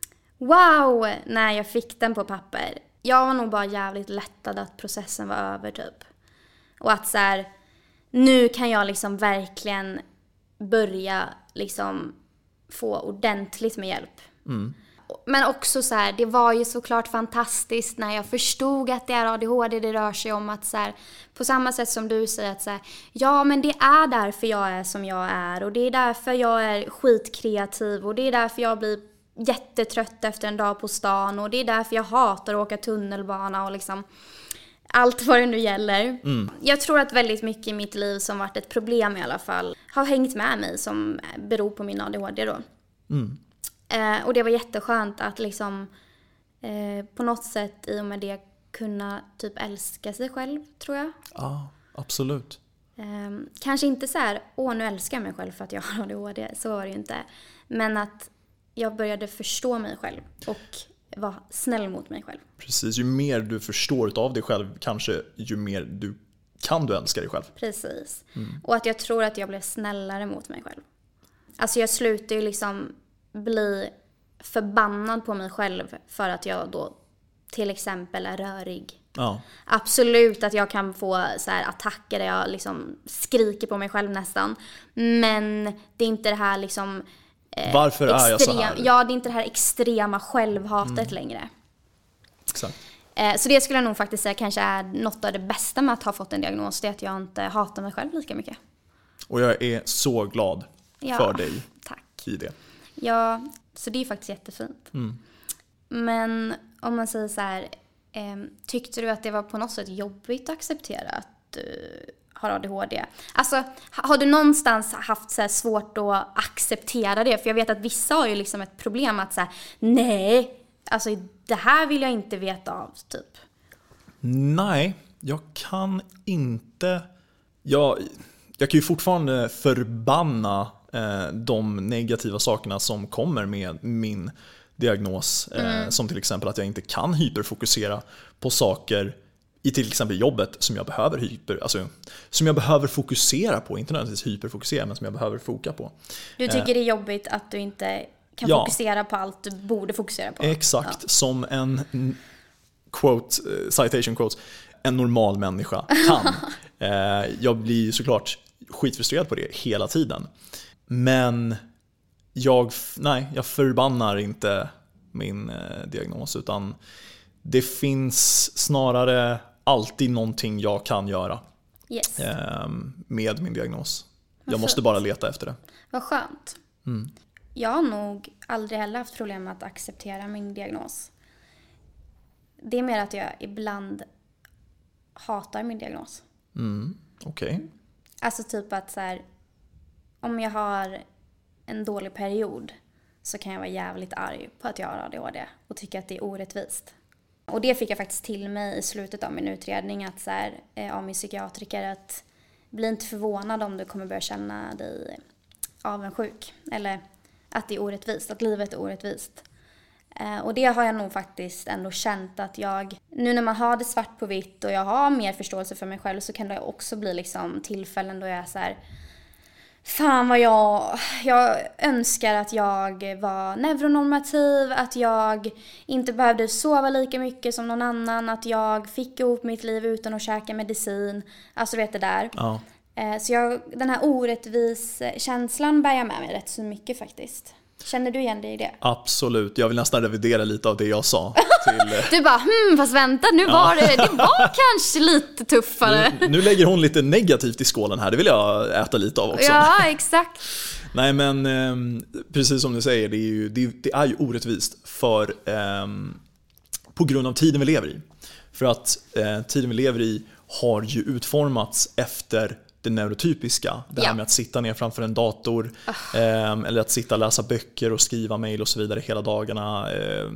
wow när jag fick den på papper. Jag var nog bara jävligt lättad att processen var över typ. Och att så här, nu kan jag liksom verkligen börja liksom få ordentligt med hjälp. Mm. Men också så här, det var ju såklart fantastiskt när jag förstod att det är A D H D det rör sig om. Att så här, på samma sätt som du säger att så här, ja men det är därför jag är som jag är. Och det är därför jag är skitkreativ. Och det är därför jag blir jättetrött efter en dag på stan. Och det är därför jag hatar att åka tunnelbana och liksom allt vad det nu gäller. Mm. Jag tror att väldigt mycket i mitt liv som varit ett problem i alla fall har hängt med mig som beror på min A D H D då. Mm. Eh, och det var jätteskönt att liksom eh, på något sätt i och med det kunna typ älska sig själv, tror jag. Ja, absolut. Eh, kanske inte så här, åh nu älskar jag mig själv för att jag har A D H D, så var det ju inte. Men att jag började förstå mig själv och vara snäll mot mig själv. Precis, ju mer du förstår av dig själv kanske ju mer du kan du älska dig själv. Precis. Mm. Och att jag tror att jag blev snällare mot mig själv. Alltså jag slutade ju liksom bli förbannad på mig själv för att jag då till exempel är rörig. Ja. Absolut att jag kan få så här attacker där jag liksom skriker på mig själv nästan. Men det är inte det här liksom eh, varför extrem, är jag så här? Ja, det är inte det här extrema självhatet mm. längre. Exakt. Eh, så det skulle jag nog faktiskt säga kanske är något av det bästa med att ha fått en diagnos. Det är att jag inte hatar mig själv lika mycket. Och jag är så glad ja, för dig tack. i det. Ja, så det är faktiskt jättefint. Mm. Men om man säger så här, eh, tyckte du att det var på något sätt jobbigt att acceptera att du har A D H D? Alltså, har du någonstans haft så här svårt att acceptera det? För jag vet att vissa har ju liksom ett problem att säga, nej, alltså det här vill jag inte veta av, typ. Nej, jag kan inte... Jag, jag kan ju fortfarande förbanna eh, de negativa sakerna som kommer med min diagnos. Eh, mm. Som till exempel att jag inte kan hyperfokusera på saker i till exempel jobbet som jag behöver hyper, alltså, som jag behöver fokusera på. Inte nödvändigtvis hyperfokusera, men som jag behöver foka på. Du tycker eh, det är jobbigt att du inte kan ja, fokusera på allt du borde fokusera på? Exakt, ja. Som en quote, citation quotes, en normal människa kan. eh, jag blir såklart skitfrustrerad på det hela tiden. Men jag, nej, jag förbannar inte min eh, diagnos, utan Det finns snarare alltid någonting jag kan göra yes. eh, med min diagnos. Vad jag måste fint. bara leta efter det. Vad skönt. Mm. Jag har nog aldrig heller haft problem med att acceptera min diagnos. Det är mer att jag ibland hatar min diagnos. Mm. Okej. Okay. Alltså typ att så här, om jag har en dålig period så kan jag vara jävligt arg på att jag har A D H D och tycka att det är orättvist. Och det fick jag faktiskt till mig i slutet av min utredning att så här, av min psykiatriker att bli inte förvånad om du kommer börja känna dig avundsjuk. Eller att det är orättvist, att livet är orättvist. Och det har jag nog faktiskt ändå känt att jag, nu när man har det svart på vitt och jag har mer förståelse för mig själv så kan det också bli liksom tillfällen då jag är så här, fan vad jag, jag önskar att jag var neuronormativ, att jag inte behövde sova lika mycket som någon annan, att jag fick ihop mitt liv utan att käka medicin, alltså vet det där. Ja. Så jag, den här orättvis känslan bär jag med mig rätt så mycket faktiskt. Känner du igen dig i det? Absolut, jag vill nästan revidera lite av det jag sa. Till... Du bara, hmm, fast vänta, nu var det, det var kanske lite tuffare. Nu, nu lägger hon lite negativt i skålen här, det vill jag äta lite av också. Ja, exakt. Nej men, eh, precis som du säger, det är ju, det, det är ju orättvist för, eh, på grund av tiden vi lever i. För att eh, tiden vi lever i har ju utformats efter det neurotypiska. Det här ja. med att sitta ner framför en dator oh. eh, eller att sitta och läsa böcker och skriva mejl och så vidare hela dagarna. Eh,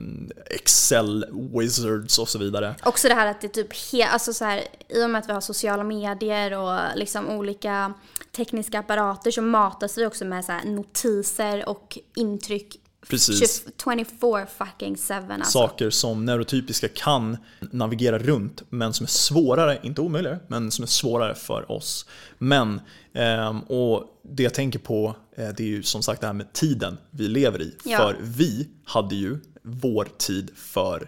Excel, wizards och så vidare. Också det här att det typ he- alltså så här, i och med att vi har sociala medier och liksom olika tekniska apparater så matas vi också med så här notiser och intryck. Precis. tjugofyra fucking sju alltså. Saker som neurotypiska kan navigera runt men som är svårare, inte omöjligare, men som är svårare för oss. Men, eh, och det jag tänker på eh, det är ju som sagt det här med tiden vi lever i. Ja. För vi hade ju vår tid för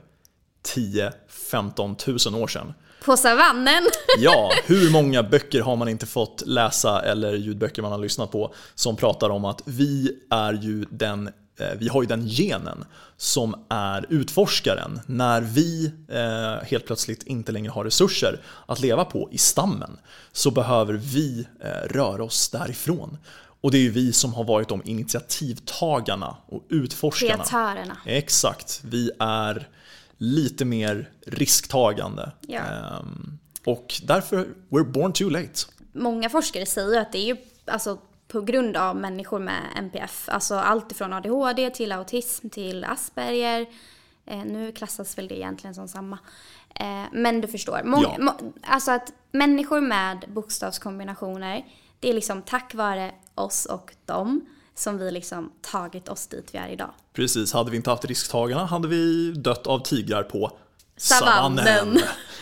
tio till femton tusen år sedan. På savannen. Ja, hur många böcker har man inte fått läsa eller ljudböcker man har lyssnat på som pratar om att vi är ju den Vi har ju den genen som är utforskaren när vi eh, helt plötsligt inte längre har resurser att leva på i stammen, så behöver vi eh, röra oss därifrån. Och det är ju vi som har varit de initiativtagarna och utforskarna. Kreatörerna. Exakt, vi är lite mer risktagande. Ja. Eh, och därför, we're born too late. Många forskare säger att det är ju alltså på grund av människor med N P F. Alltså allt ifrån A D H D till autism till Asperger. Eh, nu klassas väl det egentligen som samma. Eh, men du förstår. Många, Ja. må, alltså att människor med bokstavskombinationer, det är liksom tack vare oss och dem som vi liksom tagit oss dit vi är idag. Precis, hade vi inte haft risktagarna hade vi dött av tigrar på savannen. savannen.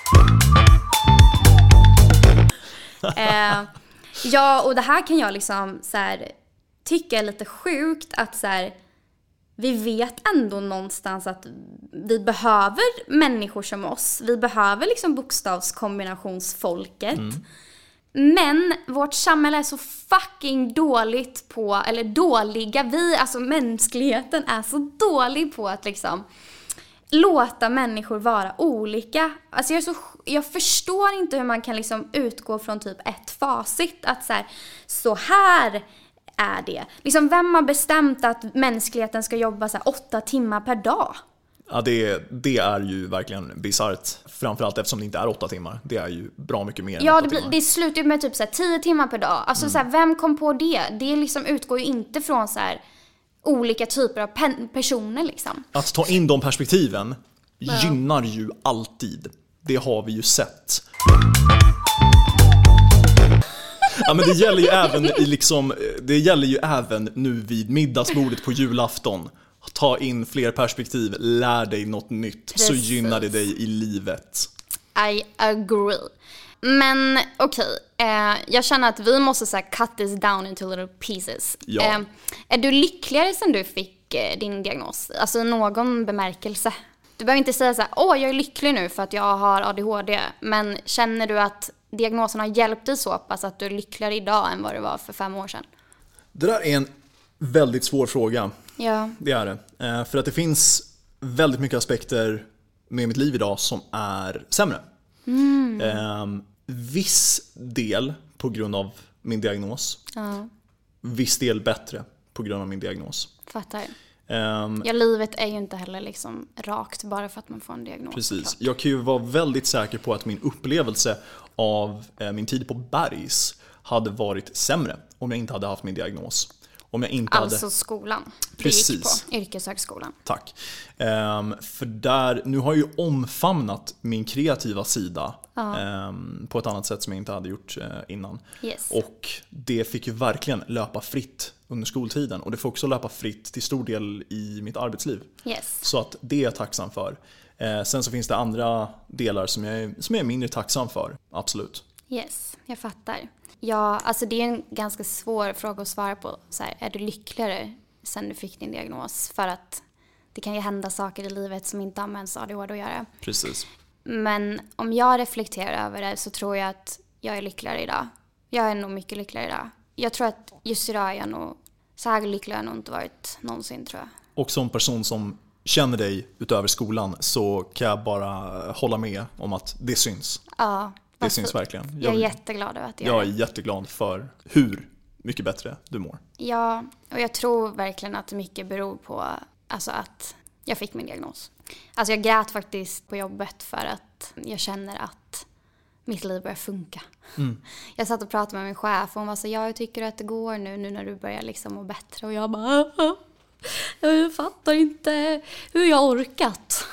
eh, Ja, och det här kan jag liksom så här, tycka är lite sjukt att så här, vi vet ändå någonstans att vi behöver människor som oss. Vi behöver liksom bokstavskombinationsfolket. Mm. Men vårt samhälle är så fucking dåligt på, eller dåliga, vi, alltså mänskligheten är så dålig på att liksom låta människor vara olika. Alltså jag, är så, jag förstår inte hur man kan liksom utgå från typ ett facit. Att så här, så här är det. Liksom vem har bestämt att mänskligheten ska jobba så här åtta timmar per dag? Ja, det, det är ju verkligen bizarrt. Framförallt eftersom det inte är åtta timmar. Det är ju bra mycket mer än ja, åtta det, blir, timmar. det slutar ju med typ så här tio timmar per dag. Alltså mm. så här, vem kom på det? Det liksom utgår ju inte från så här olika typer av pen- personer liksom. Att ta in de perspektiven ja. gynnar ju alltid. Det har vi ju sett. Ja, men det gäller ju även i liksom, det gäller ju även nu vid middagsbordet på julafton. Ta in fler perspektiv, lär dig något nytt. Precis. Så gynnar det dig i livet. I agree. Men okej, okay, eh, jag känner att vi måste så här, cut this down into little pieces. Ja. Eh, är du lyckligare sen du fick eh, din diagnos? Alltså i någon bemärkelse. Du behöver inte säga så här, åh jag är lycklig nu för att jag har A D H D. Men känner du att diagnosen har hjälpt dig så pass att du är lyckligare idag än vad det var för fem år sedan? Det där är en väldigt svår fråga. Ja. Det är det. Eh, för att det finns väldigt mycket aspekter med mitt liv idag som är sämre. Mm. Eh, viss del på grund av min diagnos. Ja. Viss del bättre på grund av min diagnos. Fattar. Um, ja, livet är ju inte heller liksom rakt bara för att man får en diagnos. Precis. Klart. Jag kan ju vara väldigt säker på att min upplevelse av eh, min tid på Bergs hade varit sämre om jag inte hade haft min diagnos. Om jag inte alltså hade... skolan. Precis. Du gick på yrkeshögskolan. Tack. Um, för där, nu har jag ju omfamnat min kreativa sida uh-huh. um, på ett annat sätt som jag inte hade gjort uh, innan. Yes. Och det fick ju verkligen löpa fritt under skoltiden. Och det får också löpa fritt till stor del i mitt arbetsliv. Yes. Så att det är jag tacksam för. Uh, sen så finns det andra delar som jag, är, som jag är mindre tacksam för. Absolut. Yes, jag fattar. Ja, alltså det är en ganska svår fråga att svara på. Så här, är du lyckligare sen du fick din diagnos? För att det kan ju hända saker i livet som inte har med ens A D H D att göra. Precis. Men om jag reflekterar över det så tror jag att jag är lyckligare idag. Jag är nog mycket lyckligare idag. Jag tror att just idag är jag nog, så här lycklig har jag nog inte varit någonsin, tror jag. Och som person som känner dig utöver skolan så kan jag bara hålla med om att det syns. Ja. Det syns verkligen. Jag, jag är jätteglad över att det Jag gör är det. jätteglad för hur mycket bättre du mår. Ja, och jag tror verkligen att mycket beror på alltså att jag fick min diagnos. Alltså jag grät faktiskt på jobbet för att jag känner att mitt liv börjar funka. Mm. Jag satt och pratade med min chef och hon var så, ja, jag tycker att det går nu, nu när du börjar liksom må bättre. Och jag bara, jag fattar inte hur jag har orkat.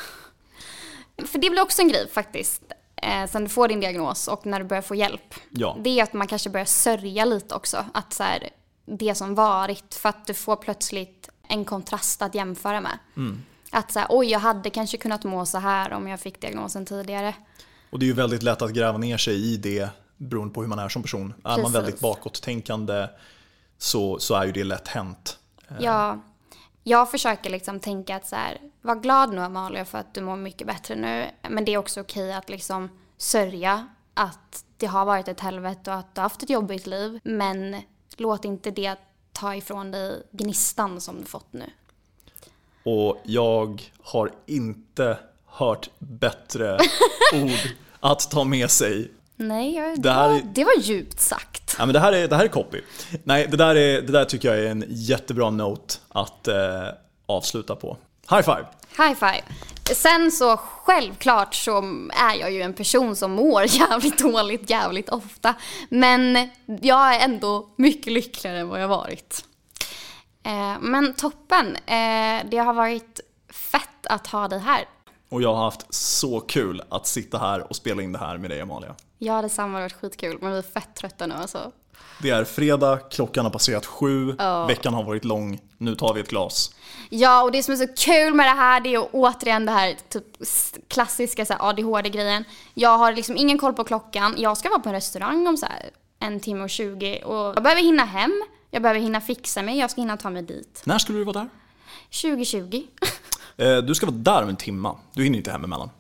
För det blir också en grej faktiskt. Eh, sen du får din diagnos och när du börjar få hjälp. Ja. Det är att man kanske börjar sörja lite också. Att så här, det som varit, för att du får plötsligt en kontrast att jämföra med. Mm. Att så här, oj, jag hade kanske kunnat må så här om jag fick diagnosen tidigare. Och det är ju väldigt lätt att gräva ner sig i det beroende på hur man är som person. Är Precis. man väldigt bakåttänkande så, så är ju det lätt hänt. Ja, jag försöker liksom tänka att så här, var glad nu Amalia för att du mår mycket bättre nu. Men det är också okej att liksom sörja att det har varit ett helvete och att du har haft ett jobbigt liv. Men låt inte det ta ifrån dig gnistan som du fått nu. Och jag har inte hört bättre ord att ta med sig. Nej, jag, det, här är, det var djupt sagt. Ja, men det här är, det här är copy. Nej, det där, är, det där tycker jag är en jättebra note att eh, avsluta på. High five! High five! Sen så självklart så är jag ju en person som mår jävligt dåligt jävligt ofta. Men jag är ändå mycket lyckligare än vad jag varit. Eh, men toppen, eh, det har varit fett att ha dig här. Och jag har haft så kul att sitta här och spela in det här med dig, Amalia. Ja, detsamma har varit skitkul, men vi är fett trötta nu alltså. Det är fredag, klockan har passerat sju, oh. Veckan har varit lång, nu tar vi ett glas. Ja, och det som är så kul med det här, det är återigen det här typ klassiska så här A D H D-grejen. Jag har liksom ingen koll på klockan, jag ska vara på en restaurang om så här en timme och tjugo och jag behöver hinna hem, jag behöver hinna fixa mig, jag ska hinna ta mig dit. När skulle du vara där? tjugo tjugo. Du ska vara där om en timma, du hinner inte hem emellan.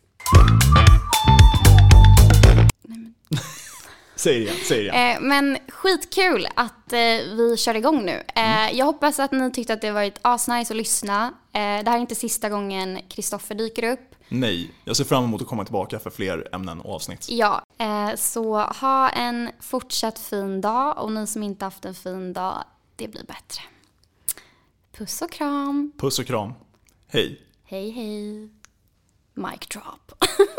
Säg det igen, säg det igen. Eh, men skitkul att eh, vi kör igång nu. Eh, mm. Jag hoppas att ni tyckte att det varit asnice att lyssna. Eh, det här är inte sista gången Kristoffer dyker upp. Nej, jag ser fram emot att komma tillbaka för fler ämnen och avsnitt. Ja, eh, så ha en fortsatt fin dag. Och ni som inte haft en fin dag, det blir bättre. Puss och kram. Puss och kram. Hej. Hej, hej. Mic drop.